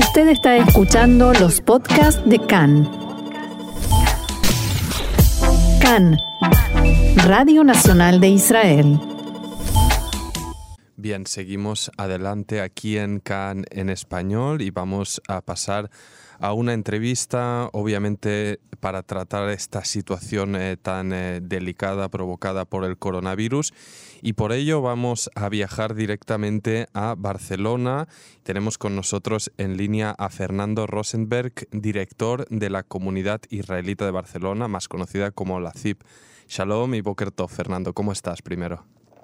Usted está escuchando los podcasts de CAN. CAN, Radio Nacional de Israel. Bien, seguimos adelante aquí en CAN en español y vamos a pasar a una entrevista, obviamente, para tratar esta situación tan delicada provocada por el coronavirus. Y por ello vamos a viajar directamente a Barcelona. Tenemos con nosotros en línea a Fernando Rosenberg, director de la Comunidad Israelita de Barcelona, más conocida como la CIP. Shalom y Boker Tov, Fernando. ¿Cómo estás primero?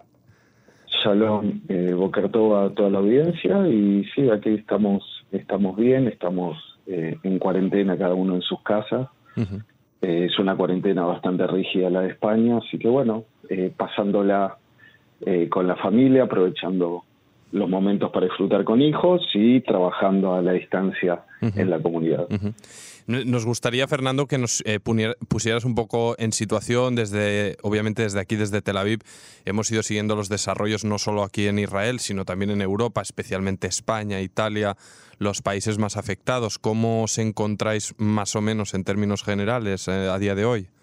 Shalom, Boker Tov a toda la audiencia. Y sí, aquí estamos bien, estamos en cuarentena cada uno en sus casas. Uh-huh. Es una cuarentena bastante rígida la de España, así que bueno, pasándola con la familia, aprovechando los momentos para disfrutar con hijos y trabajando a la distancia en la comunidad. Uh-huh. Nos gustaría, Fernando, que nos pusieras un poco en situación obviamente desde aquí, desde Tel Aviv. Hemos ido siguiendo los desarrollos no solo aquí en Israel, sino también en Europa, especialmente España, Italia, los países más afectados. ¿Cómo os encontráis más o menos en términos generales a día de hoy?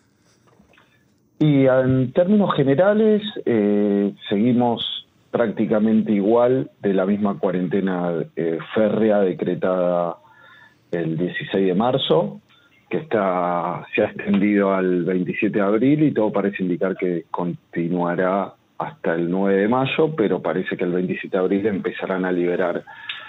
Y en términos generales seguimos prácticamente igual de la misma cuarentena férrea decretada el 16 de marzo, que se ha extendido al 27 de abril y todo parece indicar que continuará hasta el 9 de mayo, pero parece que el 27 de abril empezarán a liberar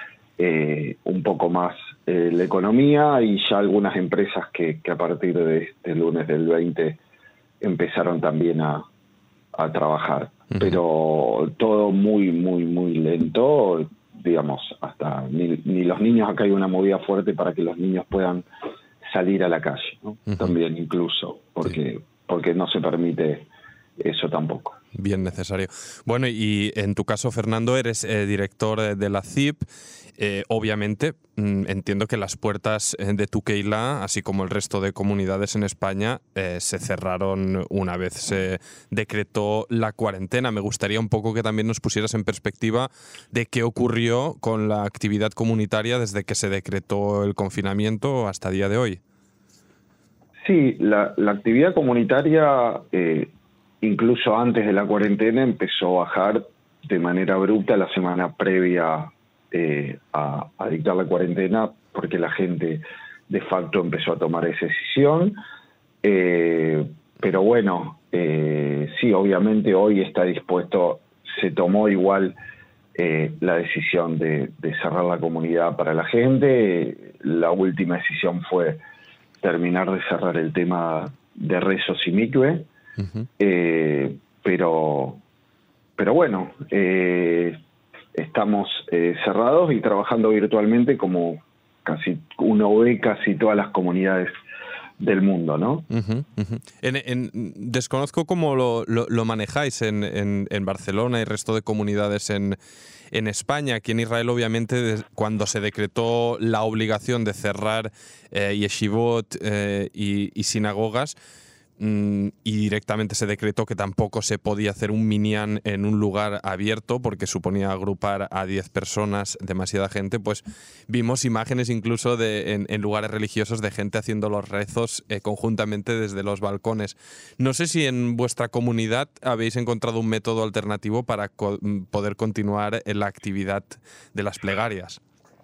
un poco más la economía y ya algunas empresas que a partir de este lunes del 20 empezaron también a trabajar. Uh-huh. Pero todo muy, muy, muy lento. Digamos, hasta ni los niños, acá hay una movida fuerte para que los niños puedan salir a la calle, ¿no? Uh-huh. También incluso, porque no se permite eso tampoco. Bien necesario. Bueno, y en tu caso, Fernando, eres director de la CIP. Obviamente, entiendo que las puertas de tu Keilah, así como el resto de comunidades en España, se cerraron una vez se decretó la cuarentena. Me gustaría un poco que también nos pusieras en perspectiva de qué ocurrió con la actividad comunitaria desde que se decretó el confinamiento hasta el día de hoy. Sí, la actividad comunitaria, incluso antes de la cuarentena, empezó a bajar de manera abrupta la semana previa a dictar la cuarentena, porque la gente de facto empezó a tomar esa decisión. Pero bueno, sí, obviamente hoy está dispuesto, se tomó igual la decisión de cerrar la comunidad para la gente. La última decisión fue terminar de cerrar el tema de rezos y mikve. Uh-huh. Pero bueno, estamos cerrados y trabajando virtualmente como uno ve casi todas las comunidades del mundo, ¿no? Uh-huh, uh-huh. Desconozco cómo lo manejáis en Barcelona y el resto de comunidades en España. Aquí en Israel, obviamente, cuando se decretó la obligación de cerrar yeshivot y sinagogas, y directamente se decretó que tampoco se podía hacer un minyan en un lugar abierto porque suponía agrupar a 10 personas, demasiada gente, pues vimos imágenes incluso en lugares religiosos de gente haciendo los rezos conjuntamente desde los balcones. No sé si en vuestra comunidad habéis encontrado un método alternativo para poder continuar en la actividad de las plegarias.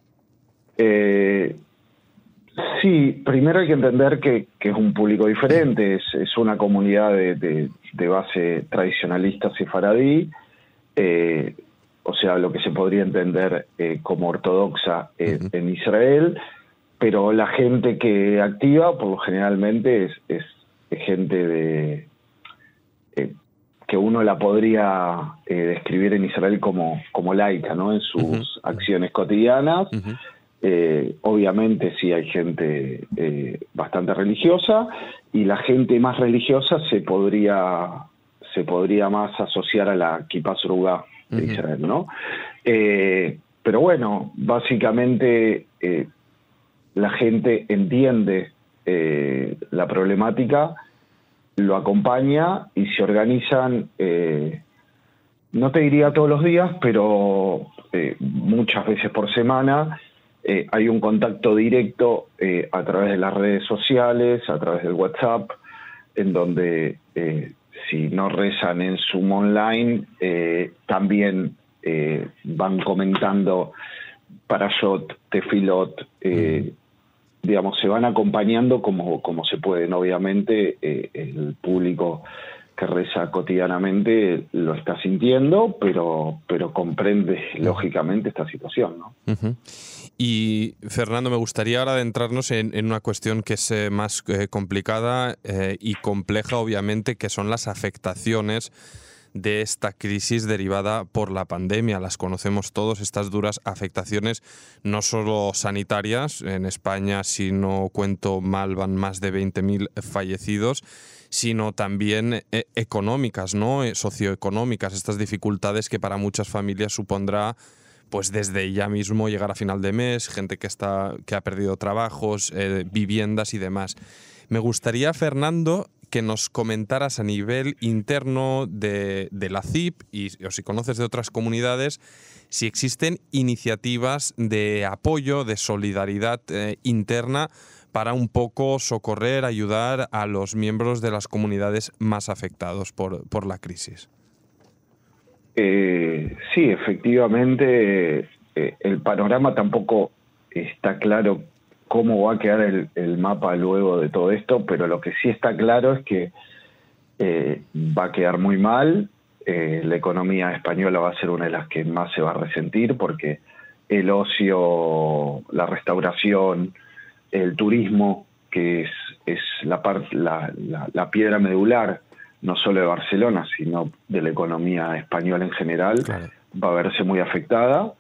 Sí, primero hay que entender que es un público diferente, es una comunidad de base tradicionalista sefaradí, o sea, lo que se podría entender como ortodoxa en Israel, pero la gente que activa, por lo generalmente, es gente que uno la podría describir en Israel como laica, ¿no? En sus acciones cotidianas. Uh-huh. Obviamente sí hay gente bastante religiosa y la gente más religiosa se podría más asociar a la Kippah Srugá de Israel, ¿no? Pero bueno, básicamente la gente entiende la problemática, lo acompaña y se organizan, no te diría todos los días, pero muchas veces por semana, hay un contacto directo a través de las redes sociales, a través del WhatsApp, en donde si no rezan en Zoom online, también van comentando Parashot, Tefilot, digamos, se van acompañando como se pueden. Obviamente el público que reza cotidianamente lo está sintiendo, pero comprende lógicamente esta situación, ¿no? Uh-huh. Y Fernando, me gustaría ahora adentrarnos en una cuestión que es más complicada y compleja, obviamente, que son las afectaciones de esta crisis derivada por la pandemia. Las conocemos todos, estas duras afectaciones, no solo sanitarias. En España, si no cuento mal, van más de 20.000 fallecidos, sino también económicas, ¿no? Socioeconómicas, estas dificultades que para muchas familias supondrá, pues desde ya mismo llegar a final de mes, gente que ha perdido trabajos, viviendas y demás. Me gustaría, Fernando, que nos comentaras a nivel interno de la CIP o si conoces de otras comunidades, si existen iniciativas de apoyo, de solidaridad interna para un poco socorrer, ayudar a los miembros de las comunidades más afectados por la crisis. Sí, efectivamente, el panorama tampoco está claro cómo va a quedar el mapa luego de todo esto, pero lo que sí está claro es que va a quedar muy mal. La economía española va a ser una de las que más se va a resentir, porque el ocio, la restauración, el turismo, que es la piedra medular, no solo de Barcelona, sino de la economía española en general, claro, va a verse muy afectada.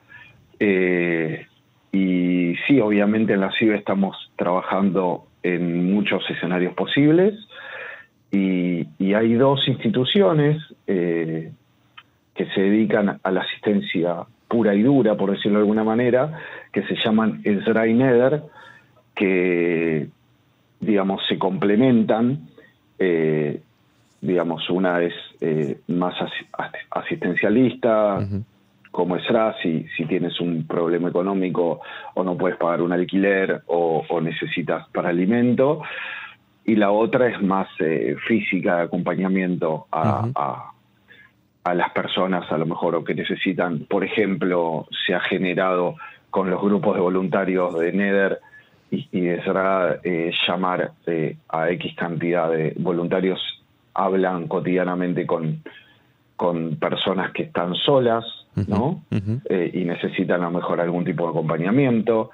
Y sí, obviamente en la CIB estamos trabajando en muchos escenarios posibles y hay dos instituciones que se dedican a la asistencia pura y dura, por decirlo de alguna manera, que se llaman Ezra y Neder, que, digamos, se complementan. Digamos, una es más asistencialista, uh-huh, como Ezra, si tienes un problema económico o no puedes pagar un alquiler o necesitas para alimento, y la otra es más física, de acompañamiento a las personas a lo mejor o que necesitan. Por ejemplo, se ha generado con los grupos de voluntarios de Neder y de Ezra llamar a X cantidad de voluntarios. Hablan cotidianamente con personas que están solas, ¿no? Uh-huh. Y necesitan a lo mejor algún tipo de acompañamiento.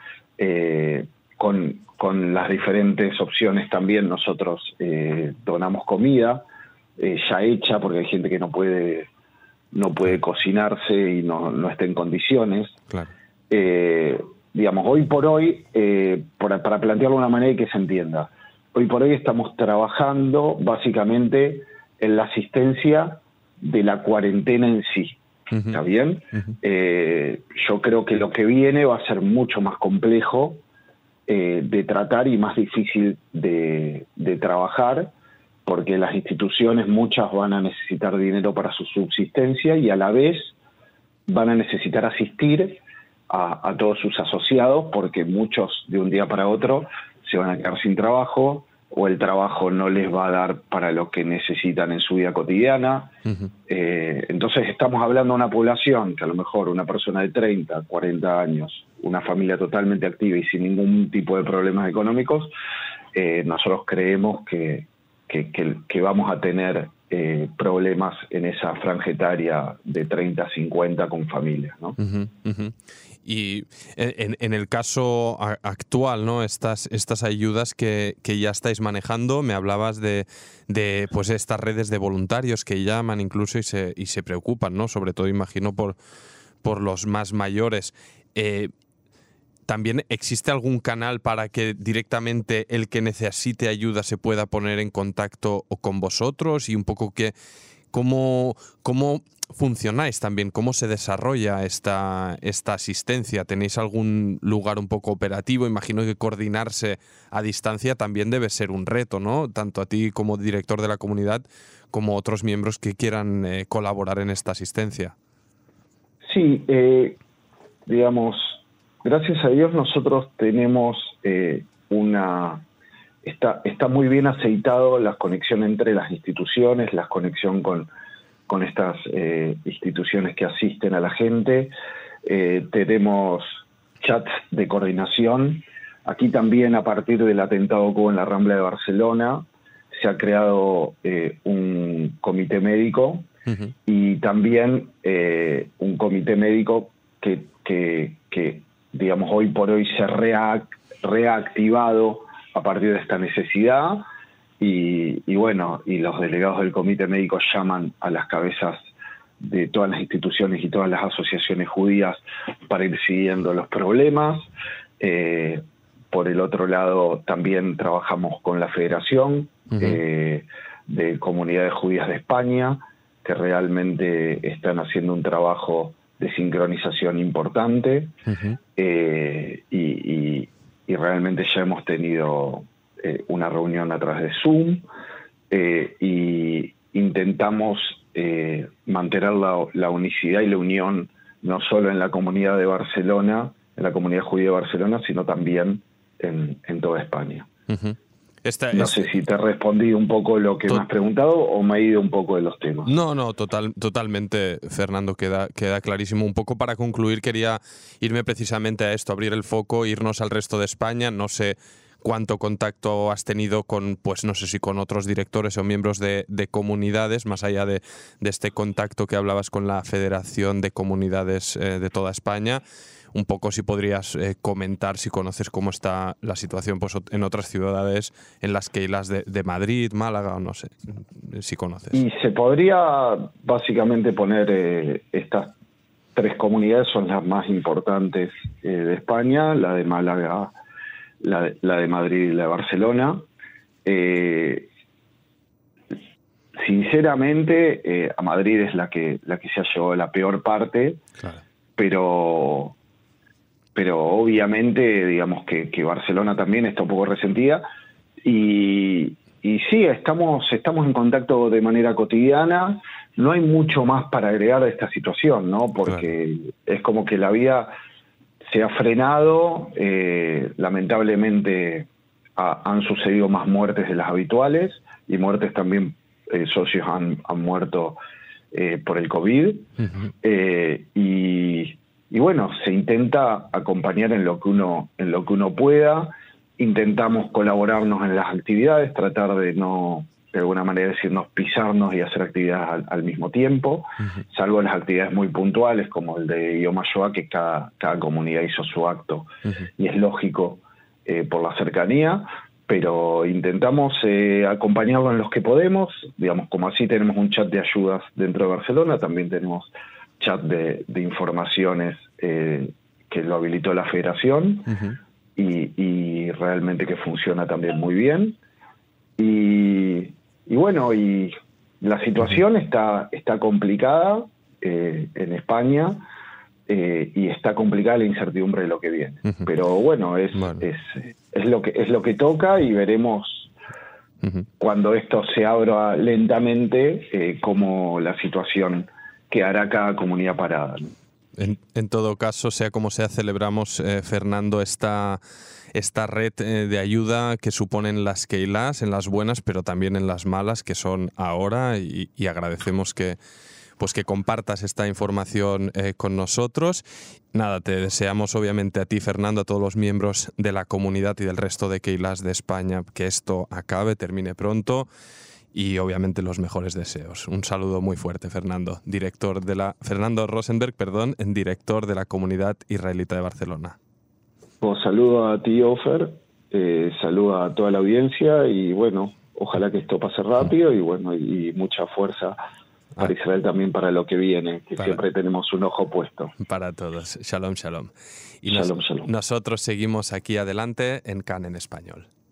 Con las diferentes opciones también nosotros donamos comida ya hecha, porque hay gente que no puede cocinarse y no está en condiciones. Claro. Digamos, hoy por hoy, para plantearlo de una manera y que se entienda, hoy por hoy estamos trabajando básicamente en la asistencia de la cuarentena en sí. Uh-huh. ¿Está bien? Uh-huh. Yo creo que lo que viene va a ser mucho más complejo de tratar y más difícil de trabajar, porque las instituciones muchas van a necesitar dinero para su subsistencia y a la vez van a necesitar asistir a todos sus asociados, porque muchos de un día para otro se van a quedar sin trabajo o el trabajo no les va a dar para lo que necesitan en su vida cotidiana. Uh-huh. Entonces estamos hablando de una población que a lo mejor una persona de 30, 40 años, una familia totalmente activa y sin ningún tipo de problemas económicos, nosotros creemos que vamos a tener problemas en esa franja etaria de 30 a 50 con familias, ¿no? Uh-huh, uh-huh. Y en el caso actual, ¿no? Estas ayudas que ya estáis manejando, me hablabas de pues estas redes de voluntarios que llaman incluso y se preocupan, ¿no? Sobre todo, imagino, por los más mayores. ¿También existe algún canal para que directamente el que necesite ayuda se pueda poner en contacto con vosotros? Y un poco cómo funcionáis también, cómo se desarrolla esta asistencia. ¿Tenéis algún lugar un poco operativo? Imagino que coordinarse a distancia también debe ser un reto, ¿no? Tanto a ti como director de la comunidad como otros miembros que quieran colaborar en esta asistencia. Sí, digamos, gracias a Dios nosotros tenemos está muy bien aceitado la conexión entre las instituciones, la conexión con estas instituciones que asisten a la gente. Tenemos chats de coordinación. Aquí también, a partir del atentado que hubo en la Rambla de Barcelona, se ha creado un comité médico y también un comité médico que digamos, hoy por hoy se ha reactivado a partir de esta necesidad y bueno, y los delegados del comité médico llaman a las cabezas de todas las instituciones y todas las asociaciones judías para ir siguiendo los problemas. Por el otro lado, también trabajamos con la Federación de Comunidades Judías de España, que realmente están haciendo un trabajo de sincronización importante, y realmente ya hemos tenido una reunión a través de Zoom, y intentamos mantener la unicidad y la unión no solo en la comunidad de Barcelona, en la comunidad judía de Barcelona, sino también en toda España. No sé si te he respondido un poco lo que me has preguntado o me he ido un poco de los temas. No, totalmente, Fernando, queda clarísimo. Un poco para concluir, quería irme precisamente a esto, abrir el foco, irnos al resto de España. No sé cuánto contacto has tenido con, pues no sé si con otros directores o miembros de comunidades, más allá de este contacto que hablabas con la Federación de Comunidades de toda España. Un poco si podrías comentar, si conoces cómo está la situación pues, en otras ciudades, en las Keilas de Madrid, Málaga, o no sé, si conoces. Y se podría básicamente poner estas 3 comunidades, son las más importantes de España, la de Málaga, la de Madrid y la de Barcelona. Sinceramente, a Madrid es la que se ha llevado la peor parte, claro. Pero obviamente, digamos que Barcelona también está un poco resentida y sí, estamos en contacto de manera cotidiana. No hay mucho más para agregar a esta situación, ¿no? Porque es como que la vida se ha frenado. Lamentablemente han sucedido más muertes de las habituales y muertes también, socios han muerto por el COVID. Y bueno, se intenta acompañar en lo que uno pueda. Intentamos colaborarnos en las actividades, tratar de no, de alguna manera decirnos, pisarnos y hacer actividades al mismo tiempo, salvo las actividades muy puntuales como el de Yom HaShoah, que cada comunidad hizo su acto, y es lógico por la cercanía, pero intentamos acompañarlo en los que podemos. Digamos, como así tenemos un chat de ayudas dentro de Barcelona, también tenemos chat de informaciones que lo habilitó la Federación, y realmente que funciona también muy bien. Y bueno, y la situación está complicada en España, y está complicada la incertidumbre de lo que viene. Pero bueno, es lo que toca, y veremos cuando esto se abra lentamente cómo la situación que hará cada comunidad parada, ¿no? En todo caso, sea como sea, celebramos, Fernando, esta red de ayuda que suponen las Keilas, en las buenas, pero también en las malas, que son ahora, y agradecemos que compartas esta información con nosotros. Nada, te deseamos obviamente a ti, Fernando, a todos los miembros de la comunidad y del resto de Keilas de España, que esto acabe, termine pronto. Y obviamente los mejores deseos. Un saludo muy fuerte, Fernando. Fernando Rosenberg, director de la Comunidad Israelita de Barcelona. Pues saludo a ti, Ofer, saludo a toda la audiencia, y bueno, ojalá que esto pase rápido, y bueno, y mucha fuerza para Israel también para lo que viene, que siempre tenemos un ojo puesto. Para todos. Shalom, shalom. Y shalom. Nosotros seguimos aquí adelante en CAN en español.